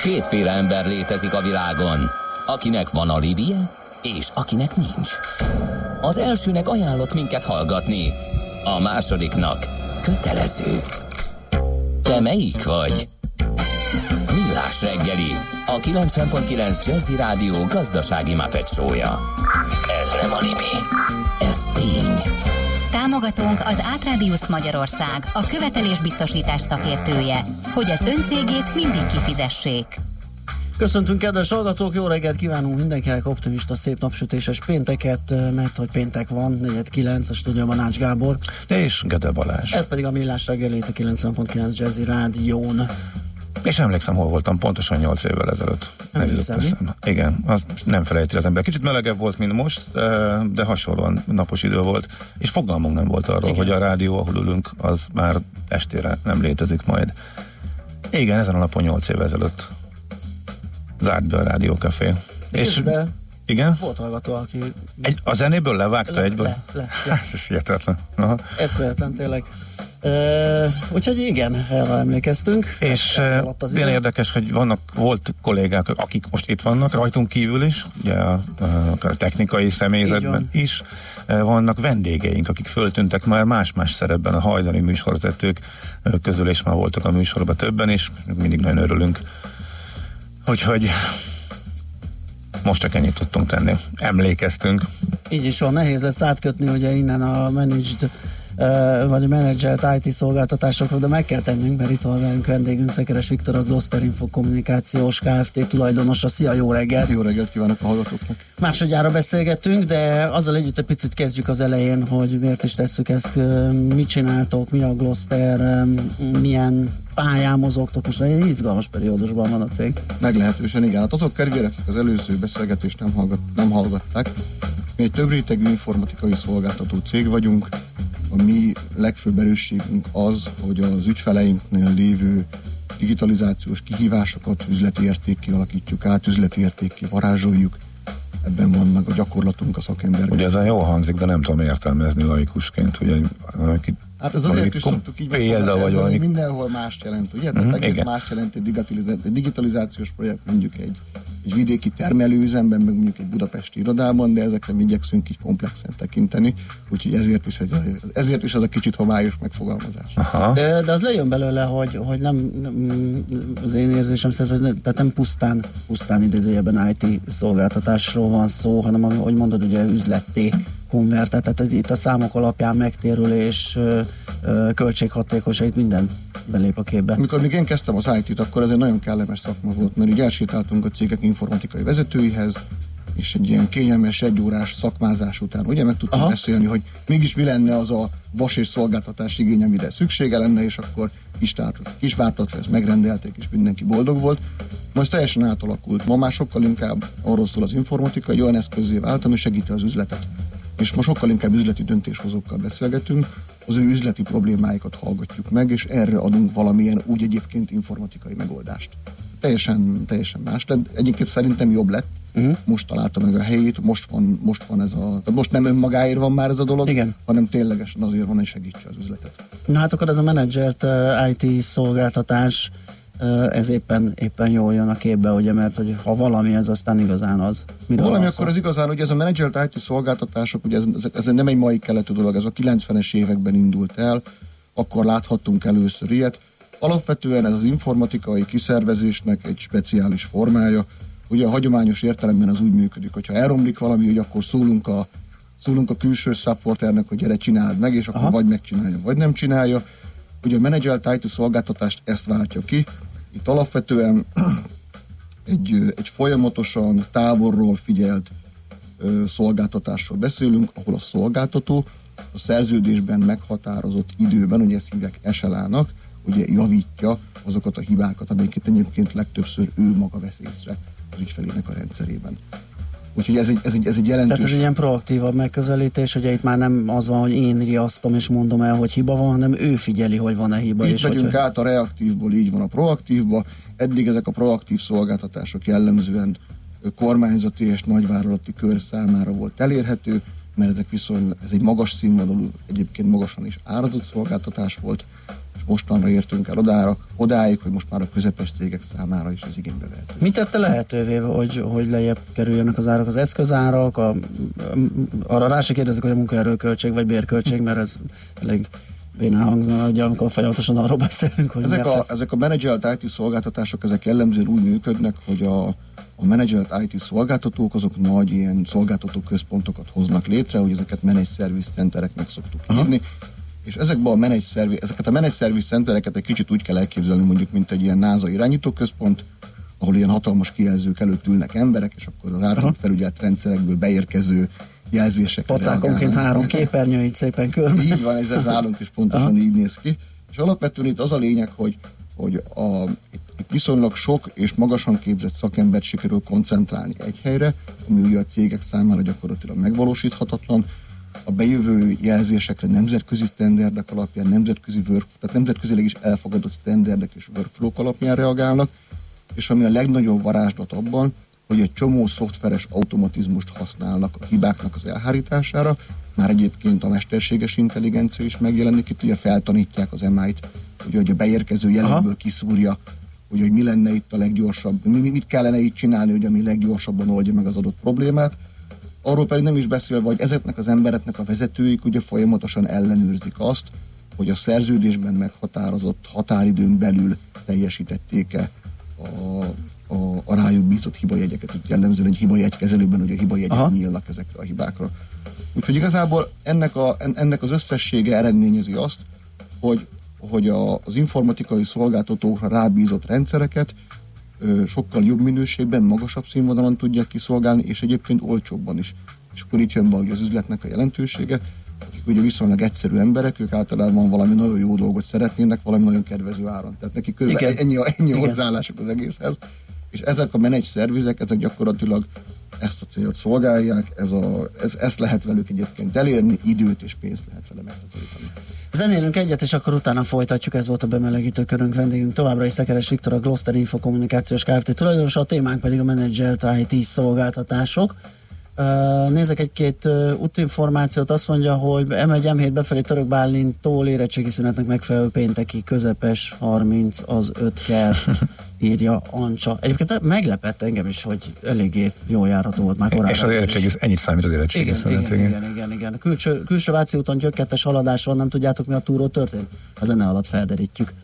Kétféle ember létezik a világon, akinek van alibije, és akinek nincs. Az elsőnek ajánlott minket hallgatni, a másodiknak kötelező. Te melyik vagy? Millás reggeli, a 90.9 Jazzy Rádió gazdasági Muppet show-ja. Ez nem alibi, ez tény. Támogatónk az Átradius Magyarország, a követelésbiztosítás szakértője, hogy az öncégét mindig kifizessék. Köszöntünk, kedves hallgatók, jó reggelt kívánunk mindenkinek, optimista, szép napsütéses pénteket, mert hogy péntek van, 4-9, a stúdióban Ács Gábor. És Gede Balázs. Ez pedig a Millás reggeli, a 90.9 Jazzy Rádión. És emlékszem, hol voltam pontosan 8 évvel ezelőtt. Igen, az nem felejti az ember. Kicsit melegebb volt, mint most, de hasonlóan napos idő volt, és fogalmunk nem volt arról, igen, hogy a rádió, ahol ülünk, az már estére nem létezik majd. Igen, ezen a napon 8 évvel ezelőtt zárt be a Rádiókafé. És de igen? Volt hallgató, aki... A zenéből levágta egyből? Le. Ez hihetetlen. Ez hihetetlen, tényleg. Úgyhogy igen, erre emlékeztünk. És ilyen érdekes, hogy volt kollégák, akik most itt vannak rajtunk kívül is, ugye a technikai személyzetben is, vannak vendégeink, akik föltűntek már más-más szerepben a hajdani műsorvezetők közül, és már voltak a műsorban többen is, mindig nagyon örülünk. Úgyhogy most csak ennyit tudtunk tenni. Emlékeztünk. Így is van, nehéz lesz átkötni ugye innen a managed vagy a menedzselt IT szolgáltatásokról, de meg kell tennünk, mert itt van velünk vendégünk, Szekeres Viktor, a Gloster Info Kommunikációs Kft. Tulajdonosa. Szia, jó reggelt! Jó reggelt kívánok a hallgatóknak! Másodjára beszélgetünk, de azzal együtt egy picit kezdjük az elején, hogy miért is tesszük ezt, mit csináltok, mi a Gloster, milyen pályán mozogtok, most egy izgalmas periódusban van a cég. Meglehetősen igen, hát azok kedvére, akik az előző beszélgetést nem hallgatták, mi egy több rétegű informatikai szolgáltató cég vagyunk. A mi legfőbb erősségünk az, hogy az ügyfeleinknél lévő digitalizációs kihívásokat üzleti értékké alakítjuk át, üzleti értékké varázsoljuk. Ebben van meg a gyakorlatunk, a szakemberben. Ugye ez jól hangzik, de nem tudom értelmezni laikusként, hogy hát ez azért is szoktuk így példa, ez azért mindenhol mást jelent, ugye? Tehát egész más jelent egy digitalizációs projekt, mondjuk egy vidéki termelőüzemben, meg mondjuk egy budapesti irodában, de ezekre mi igyekszünk így komplexen tekinteni, úgyhogy ezért is ez a kicsit homályos megfogalmazás. De az lejön belőle, hogy nem az én érzésem szerint, hogy tehát nem pusztán idézőjelben IT szolgáltatásról van szó, hanem ahogy mondod, ugye üzletté konvertál, tehát itt a számok alapján megtérülés, költséghatékonyság, minden belép a képbe. Amikor még én kezdtem az IT-t, akkor ez egy nagyon kellemes szakma volt, mert így elsétáltunk a cégek informatikai vezetőihez, és egy ilyen kényelmes egyórás szakmázás után ugye meg tudtunk beszélni, hogy mégis mi lenne az a vas és szolgáltatás igény, amire szüksége lenne, és akkor kis vártatva ezt megrendelték, és mindenki boldog volt. Most teljesen átalakult. Ma már sokkal inkább arról szól az informatika, hogy olyan eszközzé vált, ami segíti az üzletet. És ma sokkal inkább üzleti döntéshozókkal beszélgetünk, az ő üzleti problémáikat hallgatjuk meg, és erre adunk valamilyen úgy egyébként informatikai megoldást. Teljesen más lett. Egyébként szerintem jobb lett. Most találta meg a helyét, most van ez most nem önmagáért van már ez a dolog, igen, hanem ténylegesen azért van, hogy segítse az üzletet. Na hát akkor ez a menedzselt IT szolgáltatás, ez éppen jól jön a képbe, ugye, mert hogy ha valami, ez aztán igazán az. Valami akkor az igazán, hogy ez a menedzselt IT szolgáltatások, ugye ez nem egy mai keletű dolog, ez a 90-es években indult el, akkor láthattunk először ilyet. Alapvetően ez az informatikai kiszervezésnek egy speciális formája. Ugye a hagyományos értelemben az úgy működik, hogyha elromlik valami, hogy akkor szólunk a külső supporternek, hogy gyere, csináld meg, és akkor vagy megcsinálja, vagy nem csinálja. Ugye a menedzselt IT szolgáltatást ezt váltja ki. Itt alapvetően egy folyamatosan távolról figyelt szolgáltatásról beszélünk, ahol a szolgáltató a szerződésben meghatározott időben, ugye ezt hívják SLA-nak, ugye javítja azokat a hibákat, amiket egyébként legtöbbször ő maga vesz észre az ügyfelének a rendszerében. Úgyhogy ez egy jelentős... Tehát ez egy ilyen proaktívabb megközelítés, hogy itt már nem az van, hogy én riasztom és mondom el, hogy hiba van, hanem ő figyeli, hogy van-e hiba. Itt megyünk át a reaktívból, így van a proaktívba. Eddig ezek a proaktív szolgáltatások jellemzően kormányzati és nagyvállalati kör számára volt elérhető, mert ez egy magas színvonalú, egyébként magasan is árazott szolgáltatás volt, és mostanra értünk el odáig, hogy most már a közepes cégek számára is ez igénybe vehető. Mi tette lehetővé, hogy lejjebb kerüljenek az árak, az eszközárak? Arra rá se kérdezik, hogy a munkaerőköltség vagy bérköltség, mert ez elég bénán hangzana, hogy amikor folyamatosan arról beszélünk, hogy ezek a menedzselt IT szolgáltatások, ezek jellemzően úgy működnek, hogy a menedzselt IT szolgáltatók azok nagy ilyen szolgáltató központokat hoznak létre, hogy ezeket managed service centereknek szoktuk hívni. És ezeket a managed service centereket egy kicsit úgy kell elképzelni, mondjuk, mint egy ilyen NASA irányítóközpont, ahol ilyen hatalmas kijelzők előtt ülnek emberek, és akkor az általunk felügyelt rendszerekből beérkező jelzésekre pacákonként 3 képernyő, így szépen körbe. Így van, ez nálunk is pontosan így néz ki. És alapvetően itt az a lényeg, hogy itt viszonylag sok és magasan képzett szakembert sikerül koncentrálni egy helyre, ami ugye a cégek számára gyakorlatilag megvalósíthatatlan. A bejövő jelzésekre nemzetközi sztenderdek alapján, tehát nemzetközileg is elfogadott sztenderdek és workflow-k alapján reagálnak, és ami a legnagyobb varázslat abban, hogy egy csomó szoftveres automatizmust használnak a hibáknak az elhárítására. Már egyébként a mesterséges intelligencia is megjelenik, itt ugye feltanítják az MI-t, hogy a beérkező jelekből kiszúrja, hogy mi lenne itt a leggyorsabb, mit kellene itt csinálni, hogy ami leggyorsabban oldja meg az adott problémát. Arról pedig nem is beszélve, hogy ezeknek az embereknek a vezetőik ugye folyamatosan ellenőrzik azt, hogy a szerződésben meghatározott határidőn belül teljesítették-e a rájuk bízott hibajegyeket. Itt jellemzően egy hibajegykezelőben ugye hibajegyek nyílnak ezekre a hibákra. Úgyhogy igazából ennek az összessége eredményezi azt, hogy az informatikai szolgáltatókra rábízott rendszereket sokkal jobb minőségben, magasabb színvonalon tudják kiszolgálni, és egyébként olcsóbban is. És akkor itt jön be az üzletnek a jelentősége, akik ugye viszonylag egyszerű emberek, ők általában valami nagyon jó dolgot szeretnének, valami nagyon kedvező áron. Tehát nekik körülbelül ennyi hozzáállások az egészhez. És ezek a managed szervizek, ezek gyakorlatilag ezt a célt szolgálják, ezt lehet velük egyébként elérni, időt és pénzt lehet vele megtakarítani. Zenélünk egyet, és akkor utána folytatjuk. Ez volt a bemelegítő körünk, vendégünk továbbra is Szekeres Viktor, a Gloster Infokommunikációs Kft. Tulajdonosa, a témánk pedig a menedzselt IT szolgáltatások. Nézek egy-két útinformációt, azt mondja, hogy M1-M7 befelé Török Bálintól érettségi szünetnek megfelelő pénteki közepes 30 az 5 ker, írja Ancsa. Egyébként meglepett engem is, hogy eléggé jól járható volt már korábban. És az érettségi, ennyit számít az érettségi szünet. Igen. Külső Váci úton gyökketes haladás van, nem tudjátok, mi a túról történt? A zene alatt felderítjük.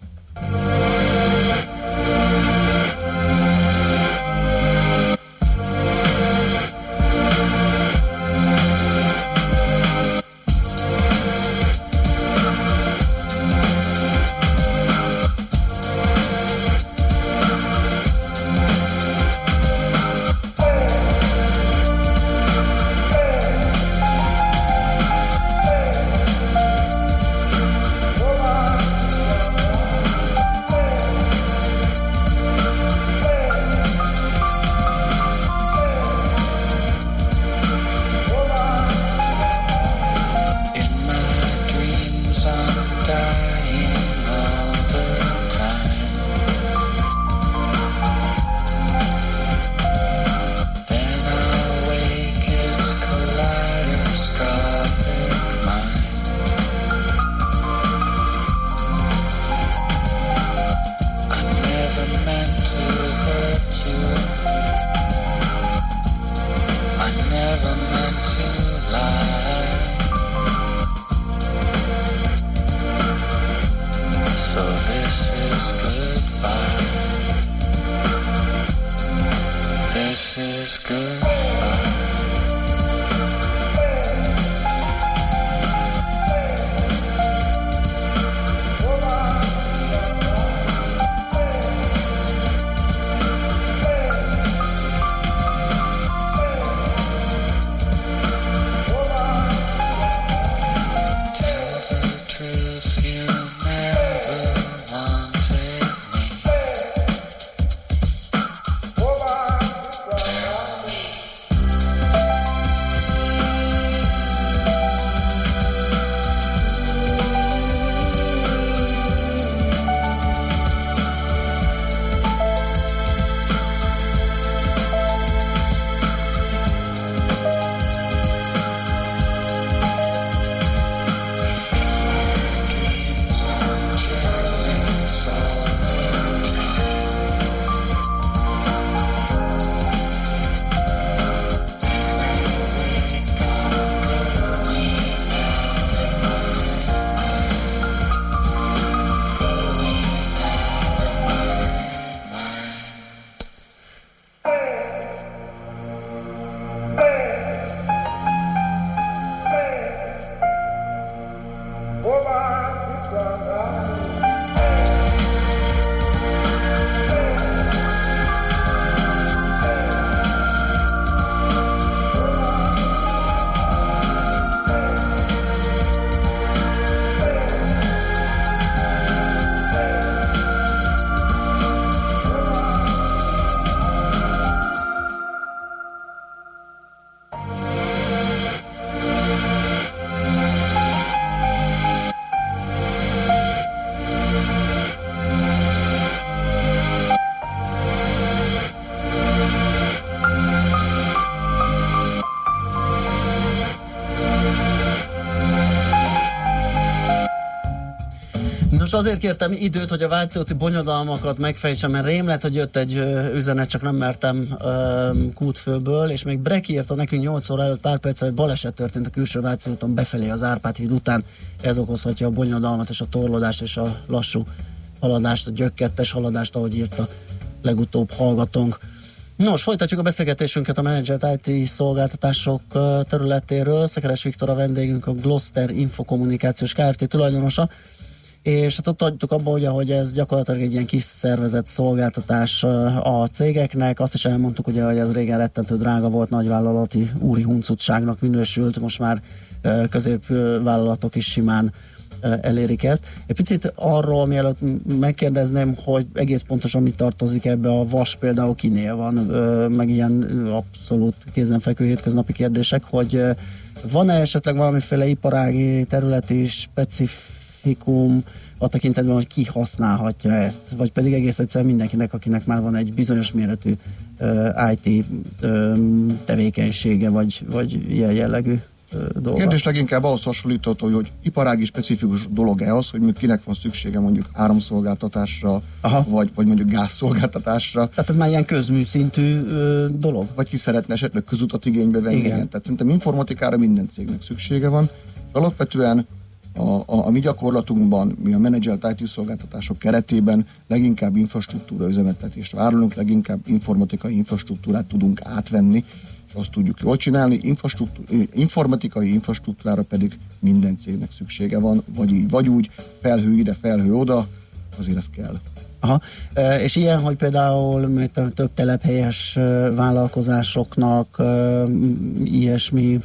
Most azért kértem időt, hogy a Váci bonyodalmakat megfejtsem, mert rém lett, hogy jött egy üzenet, csak nem mertem Kútfőből, és még Breki írta nekünk 8 óra előtt pár perccel, hogy baleset történt a külső Váci úton befelé az Árpád híd után. Ez okozhatja a bonyodalmat és a torlódást és a lassú haladást, a gyökkettes haladást, ahogy írta legutóbb hallgatónk. Nos, folytatjuk a beszélgetésünket a menedzselt IT szolgáltatások területéről. Szekeres Viktor a vendégünk, a Gloster Infokommunikációs Kft. Tulajdonosa, és hát ott adjuk abba, hogy ez gyakorlatilag egy ilyen kis szervezett szolgáltatás a cégeknek. Azt is elmondtuk, ugye, hogy ez régen rettentő drága volt, nagyvállalati úri huncutságnak minősült, most már középvállalatok is simán elérik ezt. Egy picit arról, mielőtt megkérdezném, hogy egész pontosan mit tartozik ebbe a vas például kinél van, meg ilyen abszolút kézenfekvő hétköznapi kérdések, hogy van-e esetleg valamiféle iparági területi specifikum a tekintetben, hogy ki használhatja ezt, vagy pedig egész egyszerűen mindenkinek, akinek már van egy bizonyos méretű IT tevékenysége, vagy ilyen jellegű dolga. Kérdés leginkább ahhoz hasonlítható, hogy iparági specifikus dolog-e az, hogy kinek van szüksége mondjuk áramszolgáltatásra, vagy mondjuk gázszolgáltatásra. Tehát ez már ilyen közműszintű dolog? Vagy ki szeretne esetleg közutat igénybe venni. Igen. Tehát szerintem informatikára minden cégnek szüksége van. Alapvetően a mi gyakorlatunkban, mi a menedzselt IT szolgáltatások keretében leginkább infrastruktúra üzemeltetést várunk, leginkább informatikai infrastruktúrát tudunk átvenni, és azt tudjuk jól csinálni. Informatikai infrastruktúrára pedig minden cégnek szüksége van, vagy így, vagy úgy, felhő ide, felhő oda, azért ez kell. Aha. És ilyen, hogy például több telephelyes vállalkozásoknak ilyesmi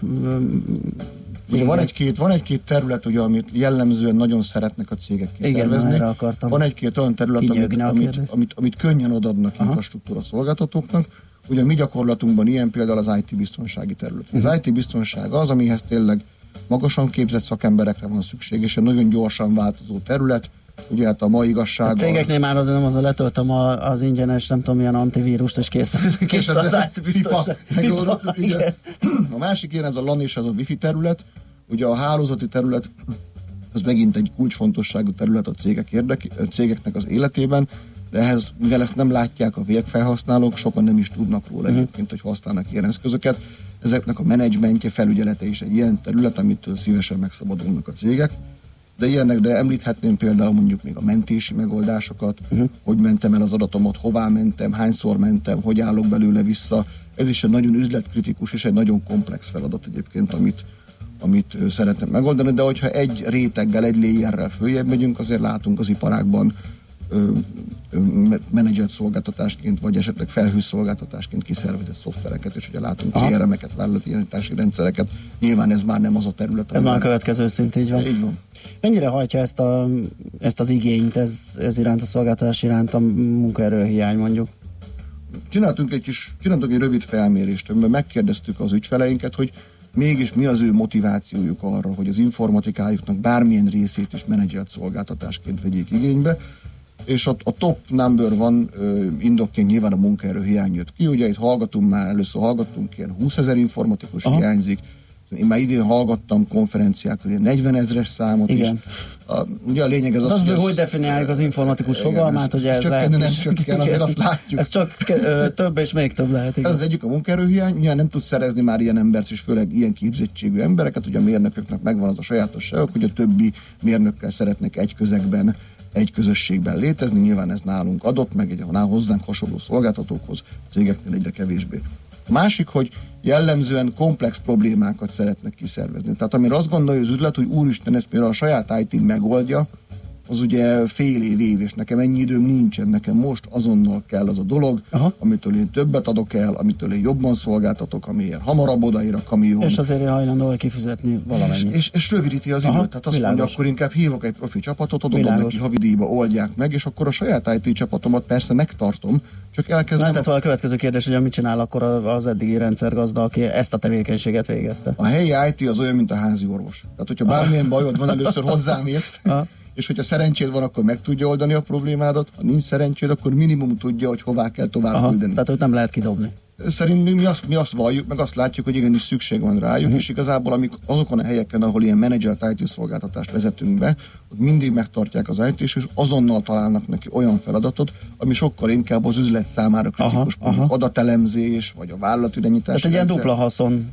ugye van egy-két terület, ugye, amit jellemzően nagyon szeretnek a cégek kiszervezni. Igen, van egy-két olyan terület, amit könnyen odaadnak infrastruktúra szolgáltatóknak. Ugye a mi gyakorlatunkban ilyen például az IT biztonsági terület. Az IT biztonság az, amihez tényleg magasan képzett szakemberekre van szükség, és egy nagyon gyorsan változó terület. Ugye hát a mai igazság... A cégeknél már azért nem letöltöm az ingyenes, nem tudom milyen antivírust, és kész az IT biztonság. A másik ilyen, ez a LAN és ez a Wi-Fi terület. Ugye a hálózati terület az megint egy kulcsfontosságú terület a cégeknek az életében, de ehhez, mivel ezt nem látják a végfelhasználók, sokan nem is tudnak róla egyébként, hogy használnak ilyen eszközöket. Ezeknek a menedzsmentje, felügyelete is egy ilyen terület, amitől szívesen megszabadulnak a cégek. De említhetném például mondjuk még a mentési megoldásokat, hogy mentem el az adatomat, hová mentem, hányszor mentem, hogy állok belőle vissza. Ez is egy nagyon üzletkritikus és egy nagyon komplex feladat egyébként, amit szeretnék megoldani, de hogyha egy réteggel, egy layerrel följebb megyünk, azért látunk az iparágban menedzselt szolgáltatásként, vagy esetleg felhőszolgáltatásként kiszervezett szoftvereket, és ugye látunk CRM-eket, vállalati irányítási rendszereket. Nyilván ez már nem az a terület. Ez már a következő szint, így van. Így van. Mennyire hajtja ezt az igényt, ez iránt, a szolgáltatás iránt a munkaerőhiány mondjuk? Csináltunk egy rövid felmérést, amiben megkérdeztük az ügyfeleinket, hogy mégis mi az ő motivációjuk arra, hogy az informatikájuknak bármilyen részét is menedzselt szolgáltatásként vegyék igénybe, és a top number van indokként nyilván a munkaerőhiány jött ki. Ugye itt először hallgattunk ilyen 20 000 informatikus hiányzik. Én már idén hallgattam konferenciákon ilyen 40 000-es számot is. Ugye a lényeg az, hogy definiáljuk az informatikus fogalmát, hogy ez lehet. Nem csökken, azért azt látjuk. Ez csak több és még több lehet. Ez az egyik a munkaerőhiány, ugye nem tud szerezni már ilyen embert, és főleg ilyen képzettségű embereket, ugye a mérnököknek megvan az a sajátosságok, hogy a többi mérnökkel szeretnek egy közegben, egy közösségben létezni, nyilván ez nálunk adott, meg egy hozzánk hasonló szolgáltatókhoz, cégeknél egyre kevésbé. A másik, hogy jellemzően komplex problémákat szeretnek kiszervezni. Tehát amire azt gondolja az üzlet, hogy úristen, ezt például a saját IT megoldja, az ugye fél év, és nekem ennyi időm nincsen, nekem most azonnal kell az a dolog, amitől én többet adok el, amitől én jobban szolgáltatok, amiért hamarabb odaér a kamion. És azért hajlandó kifizetni valamennyit. És rövidíti az időt. Tehát azt mondja, akkor inkább hívok egy profi csapatot, adom neki havidíjba, oldják meg, és akkor a saját IT csapatomat persze megtartom, csak elkezdem... Tehát a következő kérdés, hogy mit csinál akkor az eddigi rendszergazda, aki ezt a tevékenységet végezte? A helyi IT az olyan, mint a házi orvos. Tehát, hogyha bármilyen bajod van, először hozzámész, és hogyha szerencséd van, akkor meg tudja oldani a problémádat, ha nincs szerencséd, akkor minimum tudja, hogy hová kell tovább küldeni. Tehát őt nem lehet kidobni. Szerint mi azt valljuk, meg azt látjuk, hogy igenis szükség van rájuk, és igazából azokon a helyeken, ahol ilyen menedzselt IT szolgáltatást vezetünk be, ott mindig megtartják az IT-s, és azonnal találnak neki olyan feladatot, ami sokkal inkább az üzlet számára kritikus, adatelemzés, vagy a vállalatirányítás. Tehát egy ilyen dupla haszon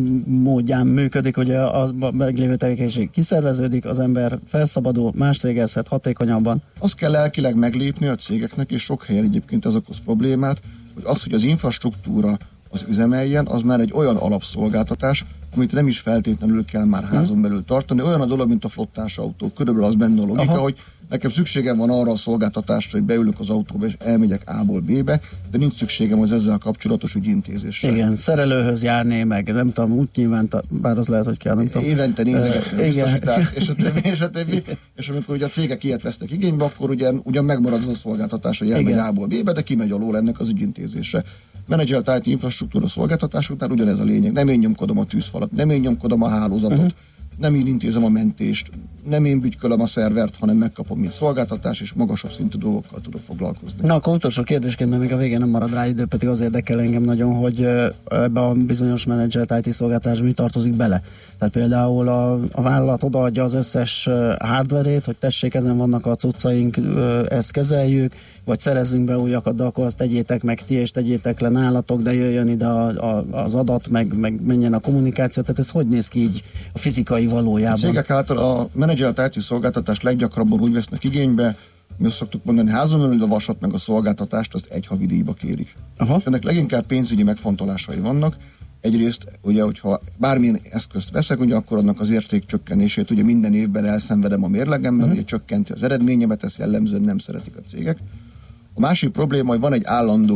módján működik, hogy a meglévő tevékenység kiszerveződik, az ember felszabadul, mást végezhet hatékonyabban. Azt kell lelkileg meglépni a cégeknek, és sok helyen egyébként ez okoz problémát, hogy az infrastruktúra az üzemeljen, az már egy olyan alapszolgáltatás, amit nem is feltétlenül kell már házon belül tartani. Olyan a dolog, mint a flottás autó. Körülbelül az benne a logika, hogy nekem szükségem van arra a szolgáltatásra, hogy beülök az autóba és elmegyek A-ból B-be, de nincs szükségem az ezzel kapcsolatos ügyintézésre. Igen, szerelőhöz járni, meg nem tudom, úgy nyilván, bár az lehet, hogy kell, nem tudom. Évente nézegetni a biztosítást, és a többi. És amikor ugye a cégek ilyet vesznek igénybe, akkor ugyan megmarad az a szolgáltatás, hogy elmegy A-ból B-be, de kimegy alól ennek az ügyintézésre. Menedzselt IT infrastruktúra szolgáltatás után ugyanez a lényeg. Nem én nyomkodom a tűzfalat, nem én nyomkodom a hálózatot, nem én intézem a mentést, nem én bütykölöm a szervert, hanem megkapom, mint szolgáltatás, és magasabb szintű dolgokkal tudok foglalkozni. Na, akkor utolsó kérdésként, mert még a végén nem marad rá idő, pedig az érdekel engem nagyon, hogy ebbe a bizonyos menedzselt IT szolgáltatás mi tartozik bele. Tehát például a vállalat odaadja az összes hardverét, hogy tessék, ezen vannak a cuccaink, ezt kezeljük, vagy szerezzünk be újakat, de akkor azt tegyétek meg ti, és tegyétek le nálatok, de jöjjön ide az adat, meg menjen a kommunikáció. Tehát ez hogy néz ki így a fizikai valójában? A cégek által a menedzselt IT szolgáltatást leggyakrabban úgy vesznek igénybe, mi azt szoktuk mondani, házon belül a vasat meg a szolgáltatást az egy havidíjba kérik. És ennek leginkább pénzügyi megfontolásai vannak. Egyrészt, ugye, hogyha bármilyen eszközt veszek, ugye akkor annak az értékcsökkenését ugye minden évben elszenvedem a mérlegemben, ugye csökkenti az eredményemet, ezt jellemzően nem szeretik a cégek. A másik probléma, hogy van egy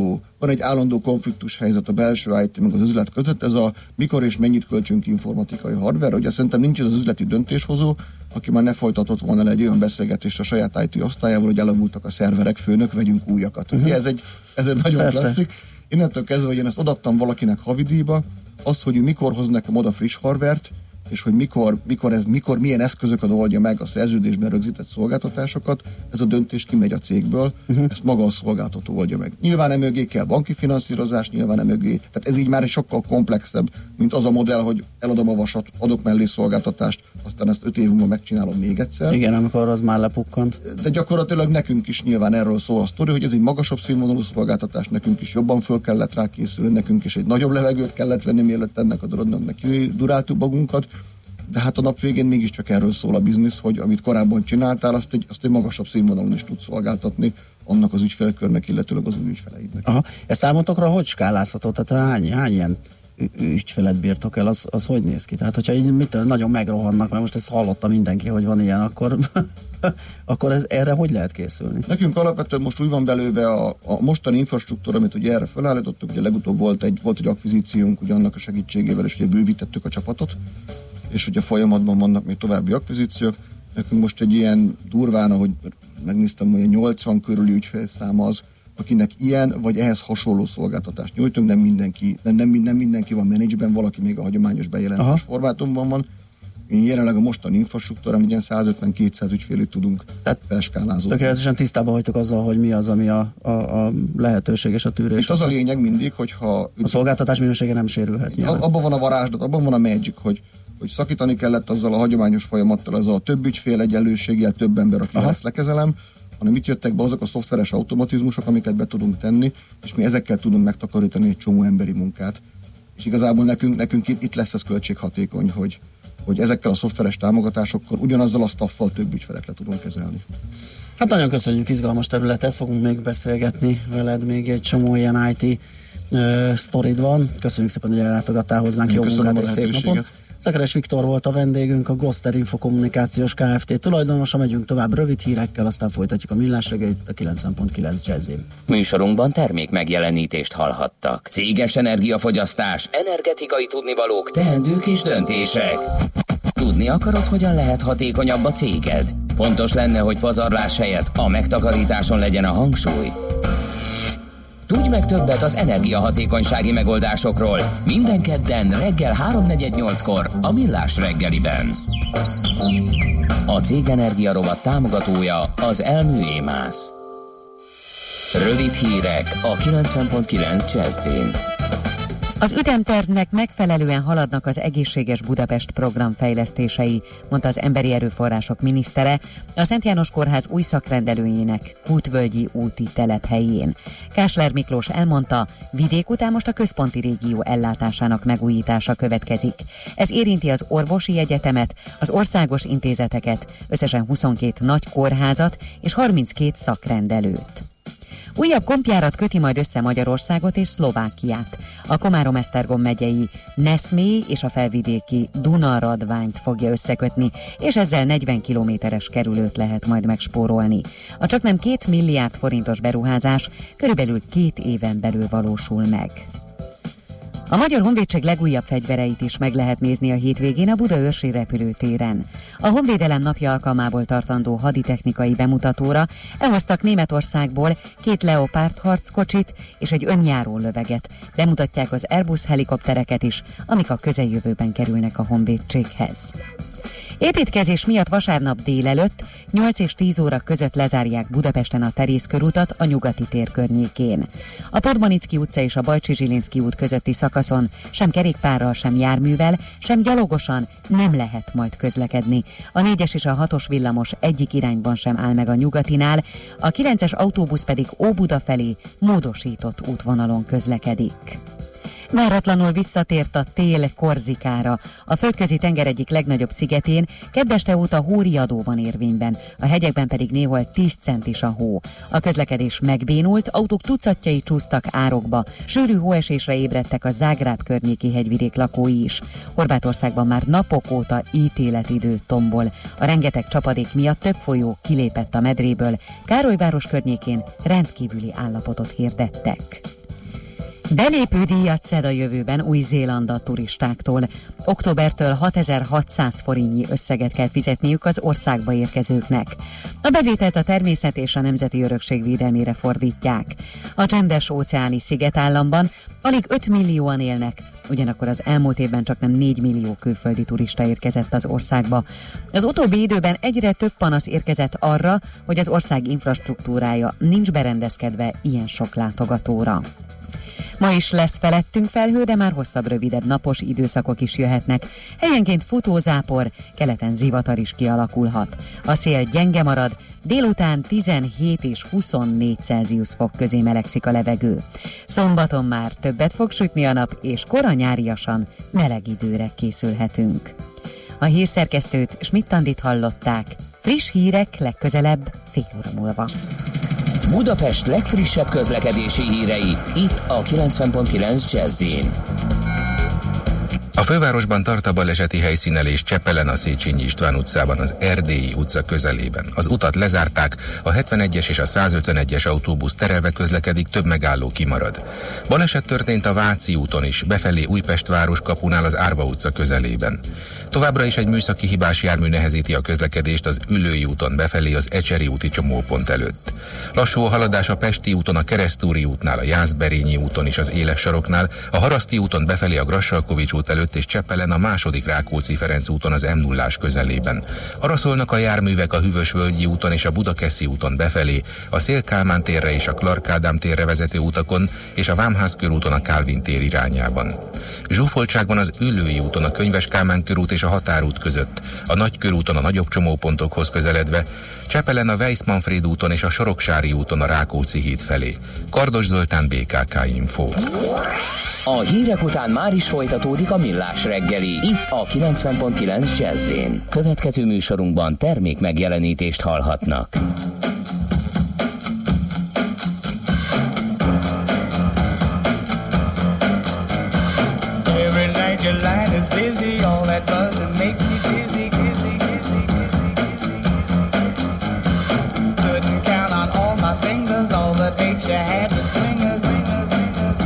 állandó konfliktus helyzet a belső IT meg az üzlet között, ez a mikor és mennyit költsünk informatikai hardware, ugye szerintem nincs ez az üzleti döntéshozó, aki már ne folytatott volna le egy olyan beszélgetést a saját IT osztályával, hogy elavultak a szerverek, főnök, vegyünk újakat. Ez egy nagyon klasszik. Innentől kezdve, hogy én ezt odaadtam valakinek havidíjba, az, hogy mikor hoz nekem oda friss hardvert, és hogy mikor milyen eszközökön oldja meg a szerződésben rögzített szolgáltatásokat, ez a döntés kimegy a cégből, ezt maga a szolgáltató oldja meg. Nyilván emögé kell banki finanszírozás, nyilván emögé, tehát ez így már egy sokkal komplexebb, mint az a modell, hogy eladom a vasat, adok mellé szolgáltatást, aztán ezt 5 év múlva megcsinálom még egyszer. Igen, amikor az már lepukkant. De gyakorlatilag nekünk is nyilván erről szól a sztori, hogy ez egy magasabb színvonalú szolgáltatás, nekünk is jobban föl kellett rá készülni, nekünk is egy nagyobb levegőt kellett venni, mielőtt ennek a dolognak neki duráltuk magunkat. De hát a nap végén mégiscsak erről szól a biznisz, hogy amit korábban csináltál, azt egy magasabb színvonalon is tudsz szolgáltatni annak az ügyfélkörnek, illetőleg az új ügyfeleidnek. Ez számotokra hogy skálázható? Tehát hány ilyen ügyfelet bírtok el, az hogy néz ki? Tehát, hogyha így nagyon megrohannak, mert most ezt hallotta mindenki, hogy van ilyen, akkor erre hogy lehet készülni? Nekünk alapvetően most úgy van belőve a mostani infrastruktúra, amit ugye erre felállítottuk, ugye legutóbb volt egy akvizíciónk, ugye annak a segítségével, és ugye bővítettük a csapatot, és ugye folyamatban vannak még további akvizíciók. Nekünk most egy ilyen durván, ahogy megnéztem, hogy 80 körüli ügyfélszám az, akinek ilyen vagy ehhez hasonló szolgáltatást nyújtunk, nem mindenki van menedzsben, valaki még a hagyományos bejelentés formátumban van. Én jelenleg a mostani infrastruktúrán ilyen 150-200 ügyfélig tudunk felskálázódni. Tökéletesen tisztában vagytok azzal, hogy mi az, ami a lehetőség és a tűrés. És az a lényeg mindig, hogyha... A szolgáltatás minősége nem sérülhet. Abban van a varázslat, abban van a magic, hogy szakítani kellett azzal a hagyományos folyamattal, az a több ügyfél egyenlőséggel, több ember, akivel ezt lekezelem, hanem itt jöttek be azok a szoftveres automatizmusok, amiket be tudunk tenni, és mi ezekkel tudunk megtakarítani egy csomó emberi munkát. És igazából nekünk itt lesz ez költséghatékony, hogy ezekkel a szoftveres támogatásokkal ugyanazzal a staffal több ügyfelet le tudunk kezelni. Hát nagyon köszönjük, izgalmas terület, ezt fogunk még beszélgetni veled, még egy csomó ilyen IT sztorid van. Köszönjük szépen, hogy ellátogattál hozzánk, jó munkát és szép napot. Szekeres Viktor volt a vendégünk, a Gloster Infokommunikációs Kft. tulajdonosa, megyünk tovább rövid hírekkel, aztán folytatjuk a Millás reggelit a 90.9 Jazzin. Műsorunkban termék megjelenítést hallhattak. Céges energiafogyasztás, energetikai tudnivalók, teendők és döntések. Tudni akarod, hogyan lehet hatékonyabb a céged? Fontos lenne, hogy pazarlás helyett a megtakarításon legyen a hangsúly. Tudj meg többet az energiahatékonysági megoldásokról minden kedden reggel 3:48-kor a Millás reggeliben. A Cég Energia rovat támogatója az Elmű Émász. Rövid hírek a 90.9 Jazzin. Az ütemtervnek megfelelően haladnak az Egészséges Budapest program fejlesztései, mondta az Emberi Erőforrások minisztere a Szent János Kórház új szakrendelőjének Kútvölgyi úti telephelyén. Kásler Miklós elmondta, vidék után most a központi régió ellátásának megújítása következik. Ez érinti az orvosi egyetemet, az országos intézeteket, összesen 22 nagy kórházat és 32 szakrendelőt. Újabb kompjárat köti majd össze Magyarországot és Szlovákiát. A Komárom-Esztergom megyei Neszmé és a felvidéki Dunaradványt fogja összekötni, és ezzel 40 kilométeres kerülőt lehet majd megspórolni. A csaknem 2 milliárd forintos beruházás körülbelül 2 éven belül valósul meg. A Magyar Honvédség legújabb fegyvereit is meg lehet nézni a hétvégén a Budaörsi repülőtéren. A Honvédelem napja alkalmából tartandó haditechnikai bemutatóra elhoztak Németországból 2 Leopard harckocsit és egy önjáró löveget. Bemutatják az Airbus helikoptereket is, amik a közeljövőben kerülnek a honvédséghez. Építkezés miatt vasárnap délelőtt 8 és 10 óra között lezárják Budapesten a Terész körútat a Nyugati tér környékén. A Podmanicki utca és a Bajcsy-Zsilinszky út közötti szakaszon sem kerékpárral, sem járművel, sem gyalogosan nem lehet majd közlekedni. A 4-es és a 6-os villamos egyik irányban sem áll meg a Nyugatinál, a 9-es autóbusz pedig Óbuda felé módosított útvonalon közlekedik. Váratlanul visszatért a tél Korzikára. A földközi tenger egyik legnagyobb szigetén kedd este óta hóriadó van érvényben, a hegyekben pedig néhol 10 centis a hó. A közlekedés megbénult, autók tucatjai csúsztak árokba, sűrű hóesésre ébredtek a Zágráb környéki hegyvidék lakói is. Horvátországban már napok óta ítéletidő tombol. A rengeteg csapadék miatt több folyó kilépett a medréből, Károlyváros környékén rendkívüli állapotot hirdettek. Belépődíjat szed a jövőben Új-Zéland a turistáktól. Októbertől 6600 forintnyi összeget kell fizetniük az országba érkezőknek. A bevételt a természet és a nemzeti örökség védelmére fordítják. A csendes óceáni szigetállamban alig 5 millióan élnek, ugyanakkor az elmúlt évben csaknem 4 millió külföldi turista érkezett az országba. Az utóbbi időben egyre több panasz érkezett arra, hogy az ország infrastruktúrája nincs berendezkedve ilyen sok látogatóra. Ma is lesz felettünk felhő, de már hosszabb, rövidebb napos időszakok is jöhetnek. Helyenként futózápor, keleten zivatar is kialakulhat. A szél gyenge marad, délután 17 és 24 Celsius fok közé melegszik a levegő. Szombaton már többet fog sütni a nap, és koranyáriasan meleg időre készülhetünk. A hírszerkesztőt, Schmidt-Andit hallották. Friss hírek legközelebb fél óra múlva. Budapest legfrissebb közlekedési hírei, itt a 90.9 Jazz-in. A fővárosban tart a baleseti helyszínelés Csepelen a Széchenyi István utcában, az Erdélyi utca közelében. Az utat lezárták, a 71-es és a 151-es autóbusz terelve közlekedik, több megálló kimarad. Baleset történt a Váci úton is, befelé Újpest városkapunál az Árva utca közelében. Továbbra is egy műszaki hibás jármű nehezíti a közlekedést az Üllői úton befelé az Ecseri úti csomópont előtt. Lassú a haladás a Pesti úton, a Keresztúri útnál, a Jászberényi úton és az Éles saroknál, a Haraszti úton befelé a Grassalkovics út előtt és Csepelen a második Rákóczi-Ferenc úton az M0-ás közelében. Arra szólnak a járművek a Hűvösvölgyi úton és a Budakeszi úton befelé, a Széll-Kálmán térre és a Clark Ádám térre vezető utakon és a Vámház körúton a Kálvin tér irányában. Zsúfoltságban az Üllői úton a Könyves Kálmán körút és a Határút között, a Nagykörúton a nagyobb csomópontokhoz közeledve, Csepelen a Weiss-Manfréd úton és a Soroksári úton a Rákóczi híd felé. Kardos Zoltán, BKK Info. A hírek után már is folytatódik a Millás reggeli, itt a 90.9 Jazz-in. Következő műsorunkban termék megjelenítést hallhatnak. Every night your line is busy, all that buzzing makes me dizzy, dizzy, dizzy, dizzy. Couldn't count on all my fingers, all the dates you had with swingers, swingers, swingers.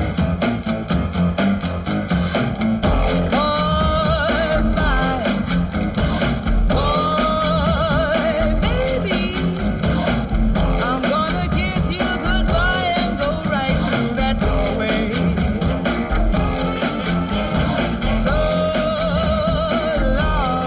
Lord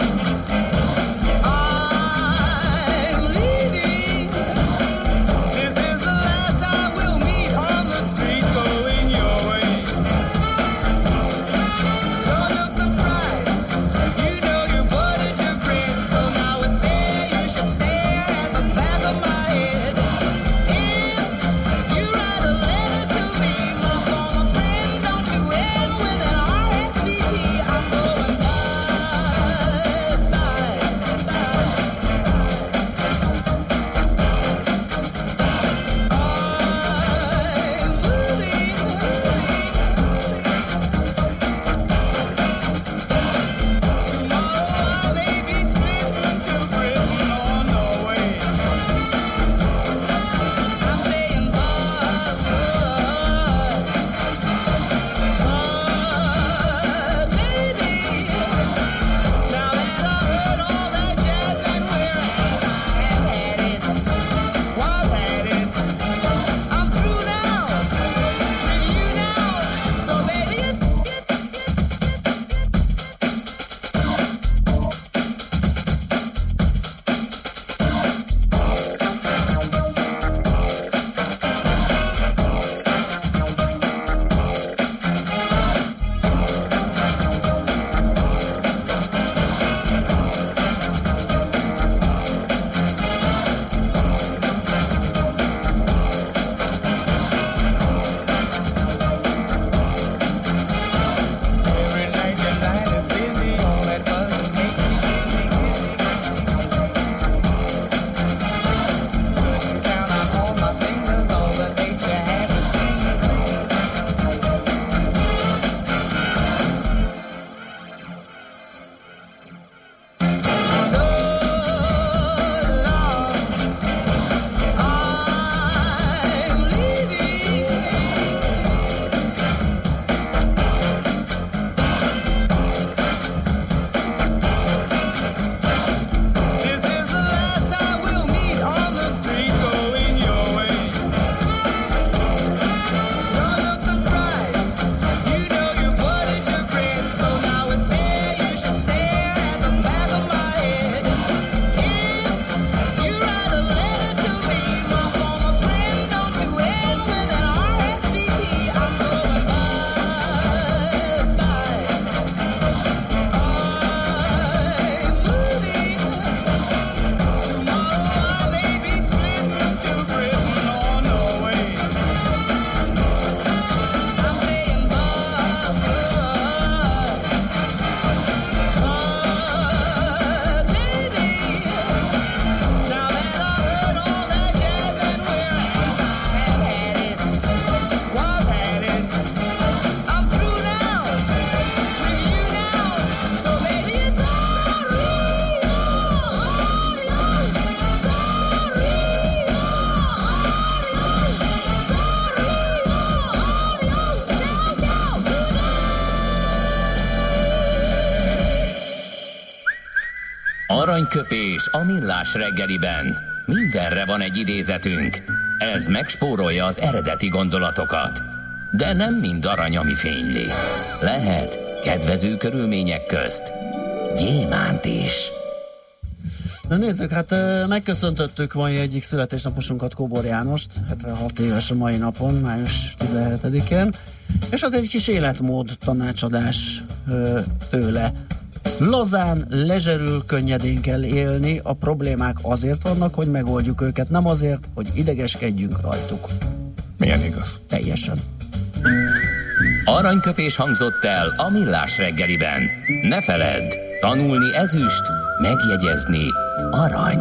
Aranyköpés a millás reggeliben. Mindenre van egy idézetünk. Ez megspórolja az eredeti gondolatokat. De nem mind arany, ami fényli. Lehet kedvező körülmények közt gyémánt is. Na nézzük, hát megköszöntöttük mai egyik születésnaposunkat, Kóbor Jánost, 76 éves a mai napon, május 17-én, és hát egy kis életmód tanácsadás tőle. Lazán, lezserül, könnyedén kell élni, a problémák azért vannak, hogy megoldjuk őket, nem azért, hogy idegeskedjünk rajtuk. Milyen igaz? Teljesen. Aranyköpés hangzott el a millás reggeliben. Ne feledd, tanulni ezüst, megjegyezni arany.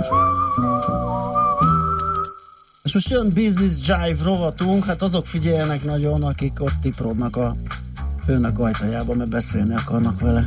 És most jön Business Jive rovatunk, hát azok figyeljenek nagyon, akik ott tiprodnak a főnök ajtajába, mert beszélni akarnak vele.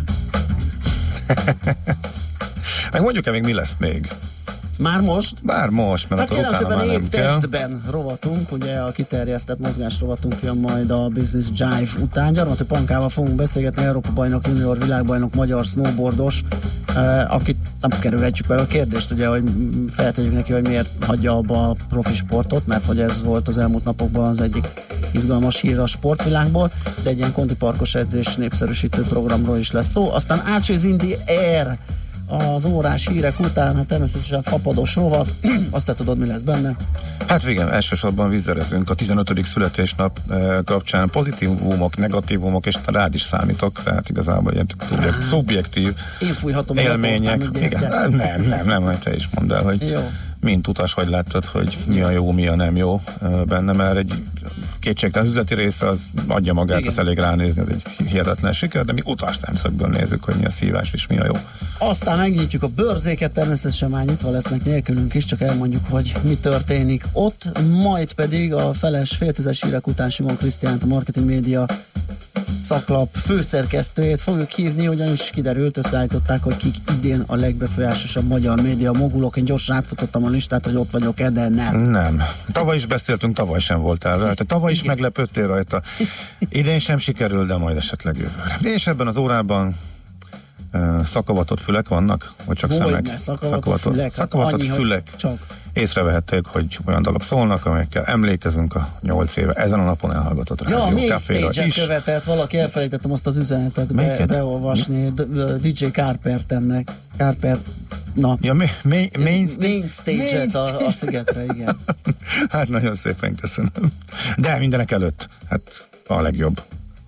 Meg mondjuk-e még mi lesz még? Már most? Bár most, mert hát akkor utána már nem kell. Testben rovatunk, ugye a kiterjesztett mozgás rovatunk jön majd a Business Jive után. Gyarmati Pankával fogunk beszélgetni, Európa bajnok, junior világbajnok, magyar snowboardos, akit nem kerülhetjük meg a kérdést, ugye, hogy feltegyük neki, hogy miért hagyja abba a profi sportot, mert hogy ez volt az elmúlt napokban az egyik izgalmas hír a sportvilágból, de egy ilyen konti parkos edzés népszerűsítő programról is lesz szó. Aztán Archie's in the Air az órás hírek után, hát természetesen fapados rovat, azt te tudod, mi lesz benne? Hát igen, elsősorban vízerezünk a 15. születésnap kapcsán pozitívumok, negatívumok, és rád is számítok, tehát igazából ilyen szubjektív élmények. Igen, nem, te is mondd el, hogy jó. Mint utas, hogy láttad, hogy mi a jó, mi a nem jó benne, mert egy kétségtelen üzleti része az adja magát, az elég ránézni, ez egy hihetetlen siker, de mi utas szemszögből nézzük, hogy mi a szívás és mi a jó. Aztán megnyitjuk a bőrzéket, természetesen már nyitva lesznek nélkülünk is, csak elmondjuk, hogy mi történik ott, majd pedig a feles féltizes hírek után Simon Krisztiánt, a Marketing Média szaklap főszerkesztőjét fogjuk hívni, ugyanis kiderült, összeállították, hogy kik idén a legbefolyásosabb magyar média mogulok. Én gyorsan átfutottam a listát, hogy ott vagyok-e, de nem. Nem. Tavaly is beszéltünk, tavaly sem voltál rajta. Tavaly is meglepődtél rajta. Idén sem sikerül, de majd esetleg jövőre. És ebben az órában szakavatott fülek vannak? Vagy csak szemek? Szakavatott fülek. Szakavatott fülek. Csak. Észrevehették, hogy olyan dalok szólnak, amelyekkel emlékezünk a 8 éve ezen a napon elhallgatott rádió caféra is. Követett, valaki elfelejtettem azt az üzenetet beolvasni, DJ Carpert ennek. Carper, na. Ja, main stage-et a szigetre, igen. Hát nagyon szépen köszönöm. De mindenek előtt, hát a legjobb,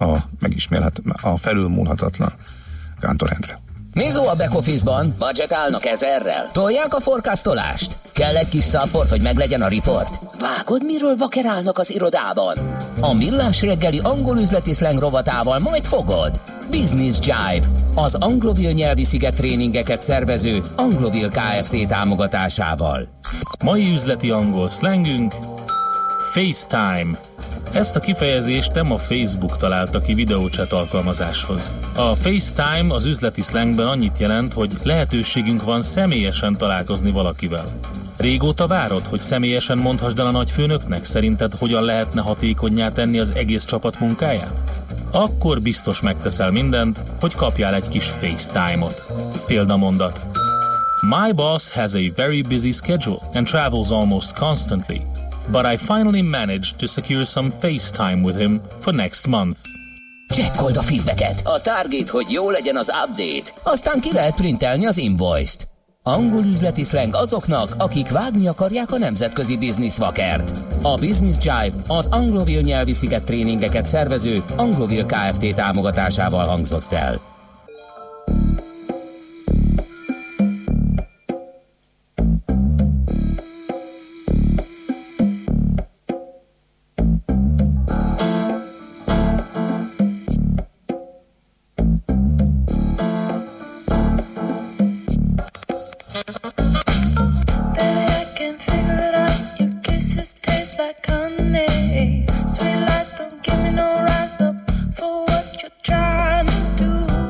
a felülmúlhatatlan Kántor Endre. Mizó a back office-ban? Budgetálnak 1000-rel? Tolják a forecastolást? Kell egy kis support, hogy meglegyen a report? Vágod, miről bakerálnak az irodában? A millás reggeli angol üzleti slang rovatával majd fogod. Business Jive, az anglovil nyelvi szigettréningeket szervező Anglovil Kft. Támogatásával. Mai üzleti angol szlengünk FaceTime. Ezt a kifejezést nem a Facebook találta ki videóchat alkalmazáshoz. A FaceTime az üzleti szlengben annyit jelent, hogy lehetőségünk van személyesen találkozni valakivel. Régóta várod, hogy személyesen mondhassd el a nagyfőnöknek, szerinted hogyan lehetne hatékonnyá tenni az egész csapat munkáját? Akkor biztos megteszel mindent, hogy kapjál egy kis FaceTime-ot. Példamondat. My boss has a very busy schedule and travels almost constantly. But I finally managed to secure some FaceTime with him for next month. Csekkold a feedbacket. A target, hogy jó legyen az update. Aztán ki lehet printelni az invoice-t. Angol üzleti slang azoknak, akik vágni akarják a nemzetközi bizniszvakert. A Business Jive az anglovil nyelvi szigettréningeket szervező Anglovil Kft. Támogatásával hangzott el. Sweet lies don't give me no rise up for what you're trying to do.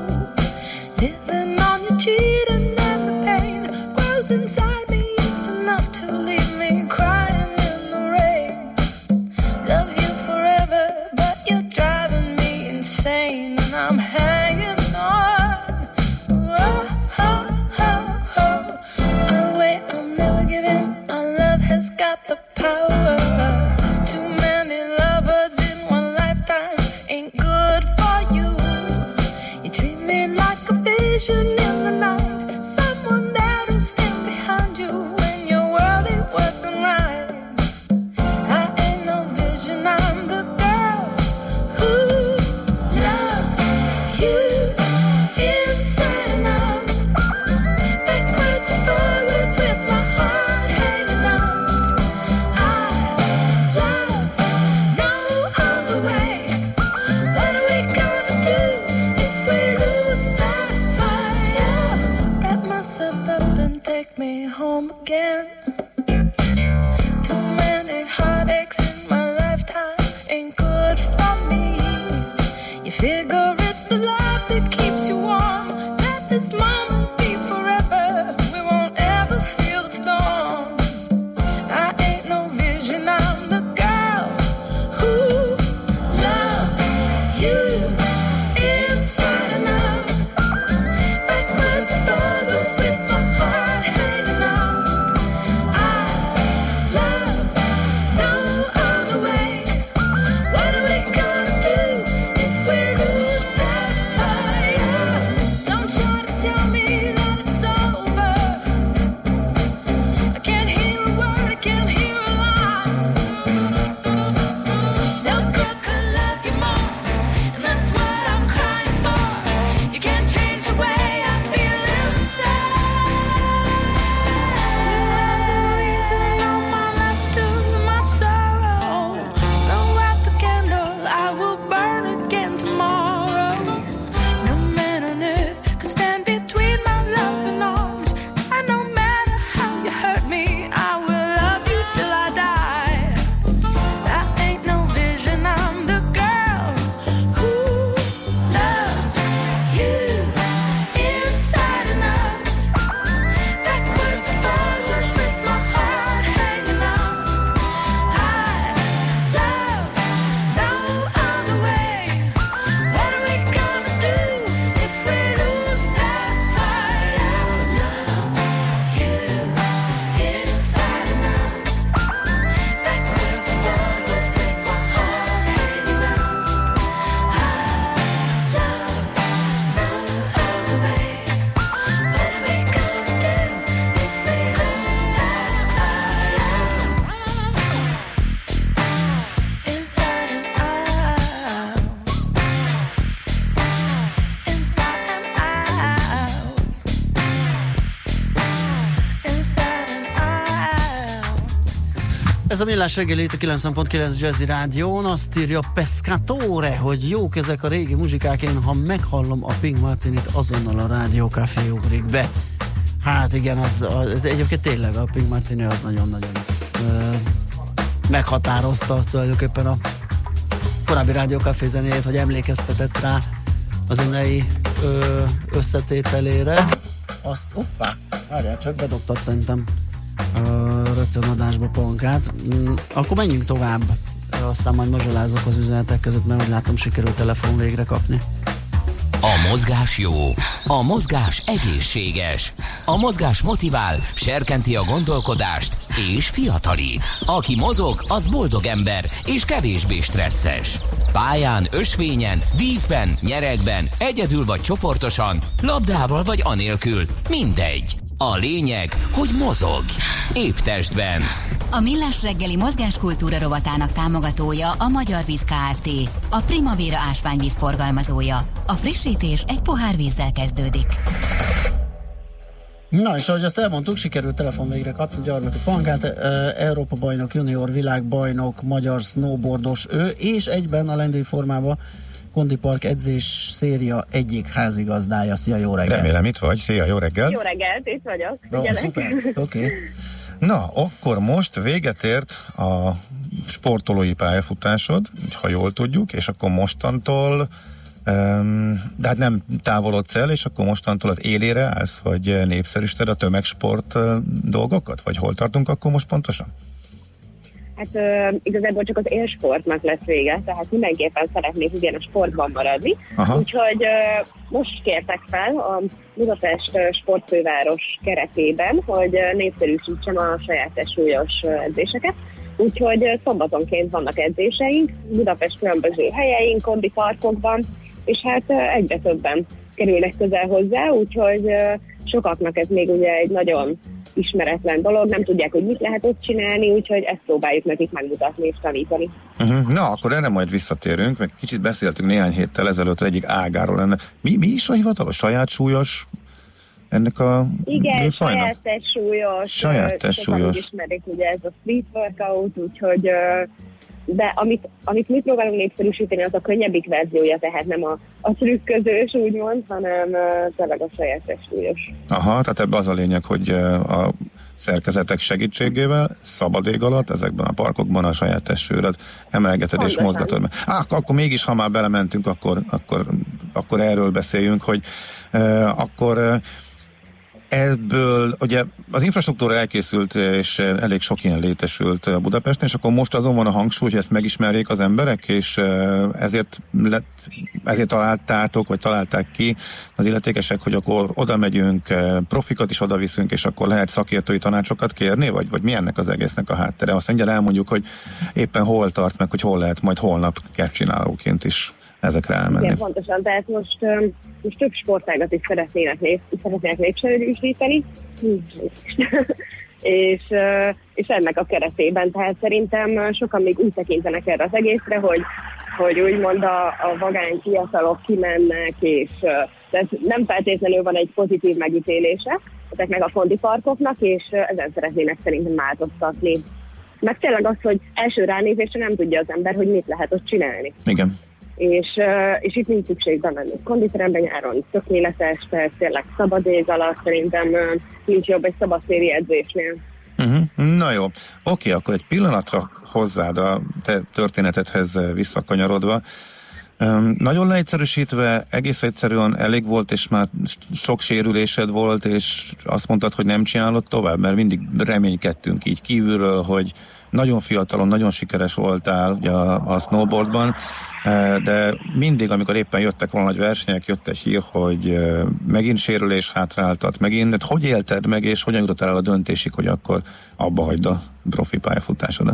home again. Too many heartaches in my lifetime ain't good for me. You figure it's the love that keeps you warm. Let this moment be forever. We won't ever feel the storm. I ain't no vision, I'm the girl who loves you inside and out. Backwards and forwards with my heart hanging out. I love no other way. What are we gonna do if we lose that fire? Don't try to tell me that it's over. I can't hear a word, I can't hear a lie. No girl could love you more, and that's what I'm crying for. You can't change the way I feel inside. You're the reason all my life to my sorrow. Blow out the candle, I will burn again tomorrow. No man on earth could stand between my loving arms. And no matter how you hurt me, I will love you till I die. That ain't no vision, I'm the girl who loves you inside and out. Backwards and forwards with my heart hanging out. I love no other way. What are we gonna do if we lose that fire? Loves you inside and out. Backwards and forwards with my heart hanging out. I love no other way. What are we gonna do if we lose that fire? Inside and out. Inside and out. Inside and out. Ez a Millás reggeli itt a 90.9 Jazzy Rádión. Azt írja Pescatore, hogy jók ezek a régi muzsikák, én ha meghallom a Pink Martinit, azonnal a Rádió Café ugrik be. Hát igen, az egyébként tényleg a Pink Martini az nagyon-nagyon meghatározta tulajdonképpen a korábbi Rádió Café zenéjét, vagy emlékeztetett rá a zenei összetételére. Azt, hoppá, várjál csak, bedobtad szerintem rögtön adásba Pankát. Akkor menjünk tovább, aztán majd mazsolázok az üzenetek között, mert úgy látom sikerült telefon végre kapni. A mozgás jó, a mozgás egészséges, a mozgás motivál, serkenti a gondolkodást és fiatalít. Aki mozog, az boldog ember és kevésbé stresszes. Pályán, ösvényen, vízben, nyeregben, egyedül vagy csoportosan, labdával vagy anélkül, mindegy. A lényeg, hogy mozog. Épp testben. A Millás reggeli mozgáskultúra rovatának támogatója a Magyar Víz Kft. A Primavera ásványvíz forgalmazója. A frissítés egy pohár vízzel kezdődik. Na, és ahogy azt elmondtuk, sikerült telefon végre kapni Gyarmati Pankát, Európa bajnok, junior világbajnok, magyar snowboardos ő, és egyben a lendői formában Kondi Park edzés széria egyik házigazdája. Szia, jó reggelt! Remélem itt vagy. Szia, jó reggelt! Jó reggelt, itt vagyok. Ó, szuper, oké. Na, akkor most véget ért a sportolói pályafutásod, ha jól tudjuk, és akkor mostantól de hát nem távolodsz el, és akkor mostantól az élére állsz, vagy népszerűsíted a tömegsport dolgokat? Vagy hol tartunk akkor most pontosan? Hát igazából csak az élsportnak lesz vége, tehát mindenképpen szeretnék igen a sportban maradni. Aha. Úgyhogy most kértek fel a Budapest sportfőváros keretében, hogy népszerűsítsem a saját testsúlyos edzéseket. Úgyhogy szombatonként vannak edzéseink, Budapest különböző helyein, Kondi parkokban, és hát egyre többen kerülnek közel hozzá, úgyhogy sokaknak ez még ugye egy nagyon ismeretlen dolog, nem tudják, hogy mit lehet ott csinálni, úgyhogy ezt próbáljuk nekik megmutatni és tanítani. Na, akkor erre majd visszatérünk, meg kicsit beszéltünk néhány héttel ezelőtt egyik ágáról ennek. Mi is a hivatalos? Saját súlyos ennek a igen, műfajnak? saját testsúlyos. Saját testsúlyos. Ismerik ugye ez a street workout, úgyhogy de amit mi próbálunk népszerűsíteni, az a könnyebbik verziója, tehát nem a trükközős úgymond, hanem tényleg a saját testsúlyos. Aha, tehát ebben az a lényeg, hogy a szerkezetek segítségével, szabad ég alatt, ezekben a parkokban a saját testőröt emelgeted és mozgatod. Akkor mégis, ha már belementünk, akkor erről beszéljünk, hogy akkor ebből, ugye az infrastruktúra elkészült, és elég sok ilyen létesült Budapesten, és akkor most azon van a hangsúly, hogy ezt megismerjék az emberek, és ezért találtátok, vagy találták ki az illetékesek, hogy akkor oda megyünk, profikat is oda viszünk, és akkor lehet szakértői tanácsokat kérni, vagy mi ennek az egésznek a háttere? Azt mindjárt elmondjuk, hogy éppen hol tart, meg hogy hol lehet majd holnap kertcsinálóként is ezekre elmenni. Igen, pontosan, tehát most több sportágat is szeretnének népszerűsíteni, és ennek a keretében, tehát szerintem sokan még úgy tekintenek erre az egészre, hogy úgymond a vagány fiatalok kimennek, és tehát nem feltétlenül van egy pozitív megítélése ezeknek a fondi parkoknak, és ezen szeretnének szerintem változtatni. Meg tényleg az, hogy első ránézésre nem tudja az ember, hogy mit lehet ott csinálni. Igen. És itt nincs szükség bemenni kondiszerembe nyáron, tökéletes, tehát tényleg szabad ég alatt, szerintem nincs jobb egy szabadtéri edzésnél. Na jó, oké, akkor egy pillanatra hozzád a te történetedhez visszakanyarodva. Nagyon leegyszerűsítve, egész egyszerűen elég volt, és már sok sérülésed volt, és azt mondtad, hogy nem csinálod tovább, mert mindig reménykedtünk így kívülről, hogy nagyon fiatalon, nagyon sikeres voltál ugye a snowboardban, de mindig, amikor éppen jöttek volna nagy versenyek, jött egy hír, hogy megint sérülés hátráltat, megint, hogy élted meg, és hogyan jutottál el a döntésig, hogy akkor abba hagyd a profi pályafutásodat?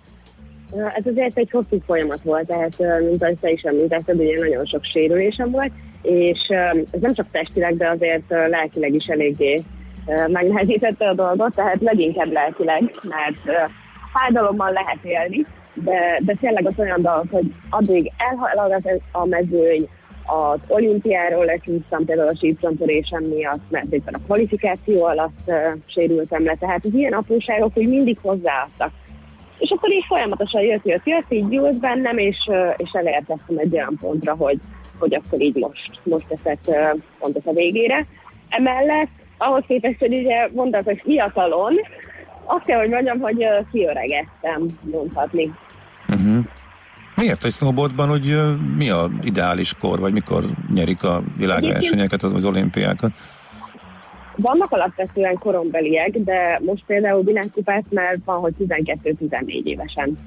Ez azért egy hosszú folyamat volt, tehát mint ahogy te is említetted, ugye nagyon sok sérülésem volt, és ez nem csak testileg, de azért lelkileg is eléggé megnehezítette a dolgot, tehát leginkább lelkileg, mert fájdalommal lehet élni, de tényleg az olyan dolog, hogy addig elhalad a mezőny, az olimpiáról lecsúsztam például a sípcsontorésem miatt, mert éppen a kvalifikáció alatt sérültem le, tehát az ilyen apróságok, hogy mindig hozzáadtak. És akkor így folyamatosan jött, így gyújt bennem, és elérkeztem egy olyan pontra, hogy akkor így most teszek pontot a végére. Emellett, ahhoz képest, hogy ugye mondták, hogy fiatalon, azt kell, hogy mondjam, hogy kiöregettem, mondhatni. Miért a snowboardban, hogy mi a ideális kor, vagy mikor nyerik a világversenyeket, az olimpiákat? Vannak alapvetően korombeliek, de most például világkupát már van, hogy 12-14 évesen.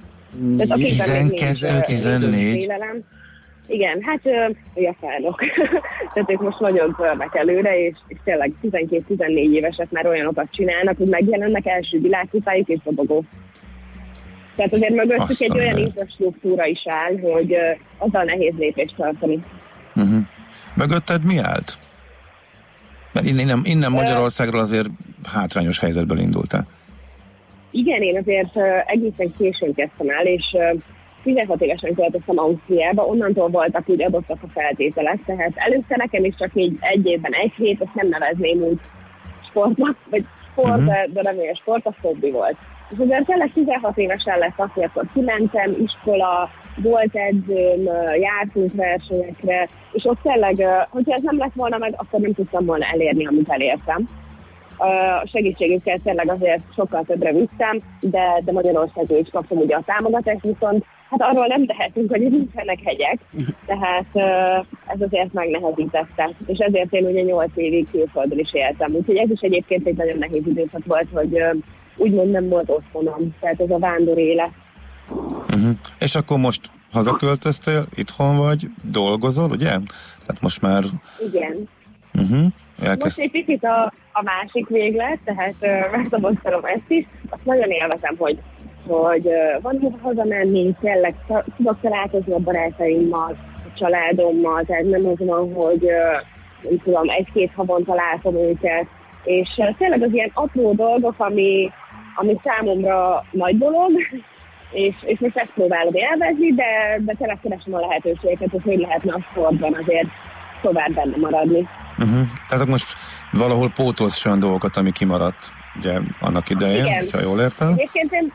12-14? Igen, hát a felnök. Tehát ők most nagyon törnek előre, és tényleg 12-14 évesek már olyanokat csinálnak, hogy megjelennek első világkupájuk és dobogó. Tehát azért mögöttük egy olyan infrastruktúra is áll, hogy azzal nehéz lépést tartani. Mögötted mi állt? Mert innen Magyarországról azért hátrányos helyzetből indultál. Igen, én azért egészen későn kezdtem el, és 16 évesen költöztem Ausztriába, onnantól voltak úgy adottak a feltételek, tehát előtte nekem is csak így egy évben egy hét, ezt nem nevezném úgy sportnak, vagy sport, de nem olyan sport, a hobbi volt. És azért tényleg 16 évesen lett az, hogy akkor kimentem, iskola, volt edzőm, jártunk versenyekre, és ott tényleg, hogyha ez nem lett volna meg, akkor nem tudtam volna elérni, amit elértem. A segítségükkel tényleg azért sokkal többre vittem, de Magyarországon is kaptam ugye a támogatást, viszont hát arról nem tehetünk, hogy nincsenek hegyek, tehát ez azért megnehezítette. És ezért én ugye 8 évig külföldön is éltem. Úgyhogy ez is egyébként egy nagyon nehéz időszak volt, hogy úgymond nem volt otthonom, tehát ez a vándor élet. És akkor most hazaköltöztél, itthon vagy, dolgozol, ugye? Tehát most már... Igen. Most egy picit a másik véglet, tehát megszabadtalom ezt is. Azt nagyon élvezem, hogy van hova hazamenni, tényleg tudok találkozni a barátaimmal, a családommal, tehát nem az van, hogy nem tudom, 1-2 havonta látom őket, és tényleg az ilyen apró dolgok, ami számomra nagy dolog, és most ezt próbálom élvezni, de tényleg keresem a lehetőségeket, hogy lehetne a sportban azért tovább benne maradni. Tehát most valahol pótolsz olyan dolgokat, ami kimaradt ugye annak idején, ha jól értem? Egyébként én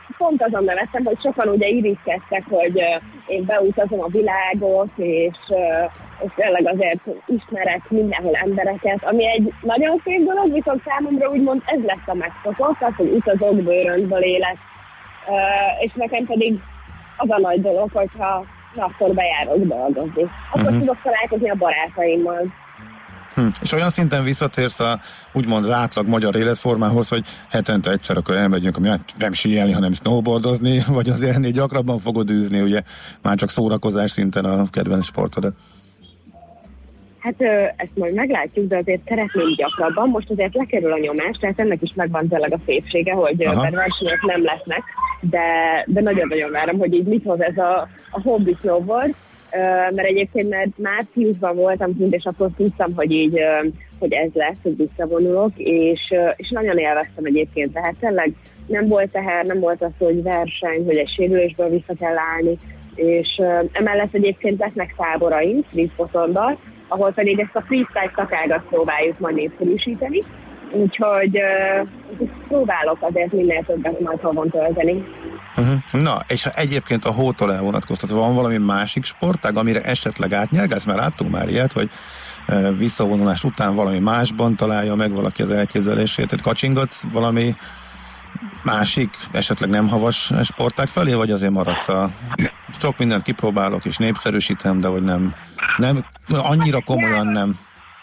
pont azon nevettem, hogy sokan ugye irigykedtek, hogy én beutazom a világot, és tényleg azért ismerek mindenhol embereket, ami egy nagyon szép dolog, viszont számomra úgymond ez lesz a megszokott, az, hogy utazok, bőröntből élek, és nekem pedig az a nagy dolog, hogyha akkor bejárok dolgozni. Akkor tudok találkozni a barátaimmal. És olyan szinten visszatérsz a úgymond átlag magyar életformához, hogy hetente egyszer akkor elmegyünk, ami nem síelni, hanem snowboardozni, vagy azért ennél gyakrabban fogod űzni, ugye már csak szórakozás szinten a kedvenc sportodat? Hát ezt majd meglátjuk, de azért szeretném gyakrabban. Most azért lekerül a nyomás, tehát ennek is megvan tényleg a szépsége, hogy versenyek nem lesznek, de nagyon-nagyon várom, hogy így mit hoz ez a hobby snowboard, mert egyébként mert márciusban voltam kint, és akkor tudtam, hogy így hogy ez lesz, hogy visszavonulok, és nagyon élveztem egyébként, tehát tényleg nem volt teher, nem volt az, hogy verseny, hogy egy sérülésből vissza kell állni, és emellett egyébként lesznek táboraink, Streetfotonban, ahol pedig ezt a freestyle szakágat próbáljuk majd népszerűsíteni, úgyhogy próbálok azért minél többet majd havon tölteni. Na, és ha egyébként a hótól elvonatkoztatva van valami másik sportág, amire esetleg átnyelgálsz, mert láttunk már ilyet, hogy visszavonulás után valami másban találja meg valaki az elképzelését, hogy kacsingatsz valami másik, esetleg nem havas sportág felé, vagy azért maradsz sok mindent kipróbálok és népszerűsítem, de hogy nem annyira komolyan nem.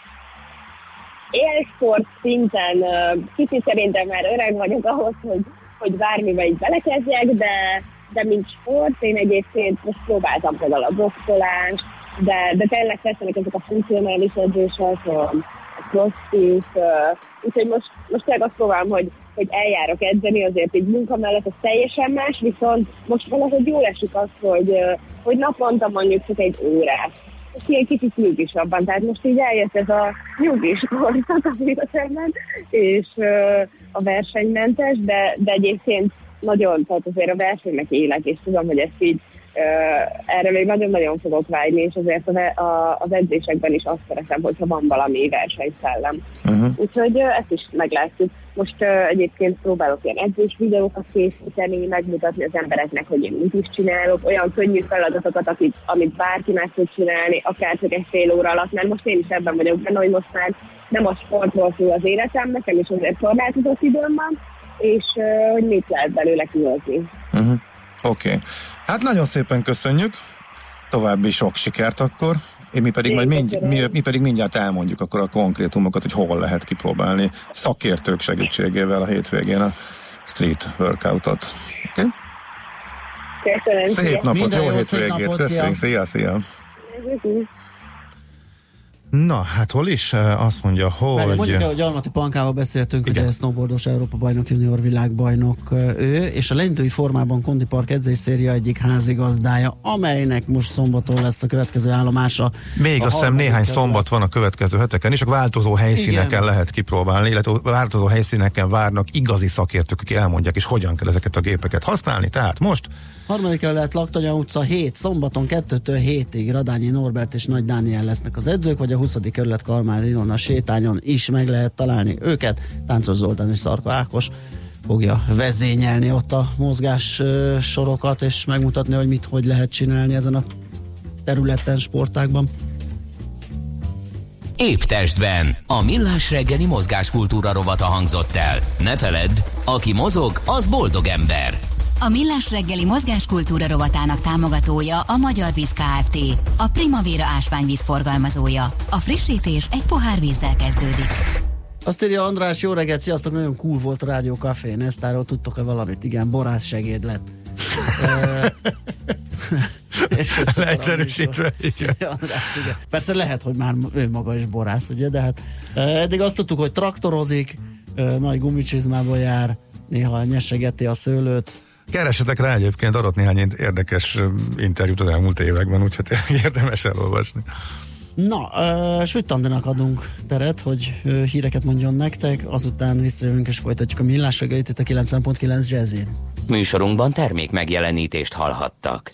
Élsport szinten kicsit szerintem már öreg vagyok ahhoz, hogy bármibe így belekezdjek, de mint sport, én egyébként most próbáltam például a boxolást, de tényleg tetszenek ezek a funkcionális edzések, a crossfit, úgyhogy most tényleg azt próbálom, hogy eljárok edzeni, azért így munka mellett az teljesen más, viszont most valahogy jól esik az, hogy naponta mondjuk csak egy órát. És ilyen kicsit nyugisabban, tehát most így eljött ez a nyugis korszak, amit a szemben, és a versenymentes, de egyébként nagyon, tehát azért a versenynek élek, és tudom, hogy ezt így erre még nagyon-nagyon fogok vágyni, és azért az edzésekben is azt szeretem, hogyha van valami versenyszellem. Úgyhogy ezt is meglátjuk. Most egyébként próbálok ilyen edzés videókat készíteni, megmutatni az embereknek, hogy én mit is csinálok, olyan könnyű feladatokat, amit bárki meg tud csinálni, akár csak egy fél óra alatt, mert most én is ebben vagyok benne, hogy most már nem a sportról szól az életem, nekem is azért korlátozott időm van, és hogy mit lehet belőle kihozni. Oké. Hát nagyon szépen köszönjük, további sok sikert akkor, mi pedig mindjárt elmondjuk akkor a konkrétumokat, hogy hol lehet kipróbálni szakértők segítségével a hétvégén a street workoutot. Okay? Köszönöm. Szép napot, jó hétvégét, köszönjük, szia! Na, hát hol is? Azt mondja, hogy... Mondjuk el, hogy Almaty Pankával beszéltünk, ugye snowboardos Európa bajnok, junior világbajnok ő, és a lendői formában Kondi Park edzésszéria egyik házigazdája, amelynek most szombaton lesz a következő állomása. Még azt hiszem néhány szombat van a következő heteken, és a változó helyszíneken lehet kipróbálni, illetve változó helyszíneken várnak igazi szakértők, akik elmondják, és hogyan kell ezeket a gépeket használni. Tehát most... Harmadik kerület, Laktanya utca 7, szombaton 2-től 7-ig Radányi Norbert és Nagy Dániel lesznek az edzők, vagy a 20. kerület Kalmár Ilona sétányon is meg lehet találni őket. Táncos Zoltán és Szarka Ákos fogja vezényelni ott a mozgás sorokat, és megmutatni, hogy hogy lehet csinálni ezen a területen, sportágban. Épp testben a Millás reggeli mozgáskultúra rovata hangzott el. Ne feledd, aki mozog, az boldog ember. A Millás reggeli mozgáskultúra rovatának támogatója a Magyar Víz Kft. A Primavera ásványvíz forgalmazója. A frissítés egy pohár vízzel kezdődik. Azt írja András, jó reggelt, sziasztok, nagyon cool volt a Rádió Café, Nesztáról tudtok-e valamit? Igen, borász segéd lett. Leegyszerűsítve, igen. Persze lehet, hogy már ő maga is borász, ugye, de hát eddig azt tudtuk, hogy traktorozik, nagy gumicsizmába jár, néha nyesegeti a szőlőt. Keresetek rá, egyébként adott néhány érdekes interjút az elmúlt években, úgyhogy érdemes elolvasni. Na, Schmidt-Andinak adunk teret, hogy híreket mondjon nektek, azután visszajövünk és folytatjuk a Millás reggelit itt a 90.9 Jazzin. Műsorunkban termék megjelenítést hallhattak.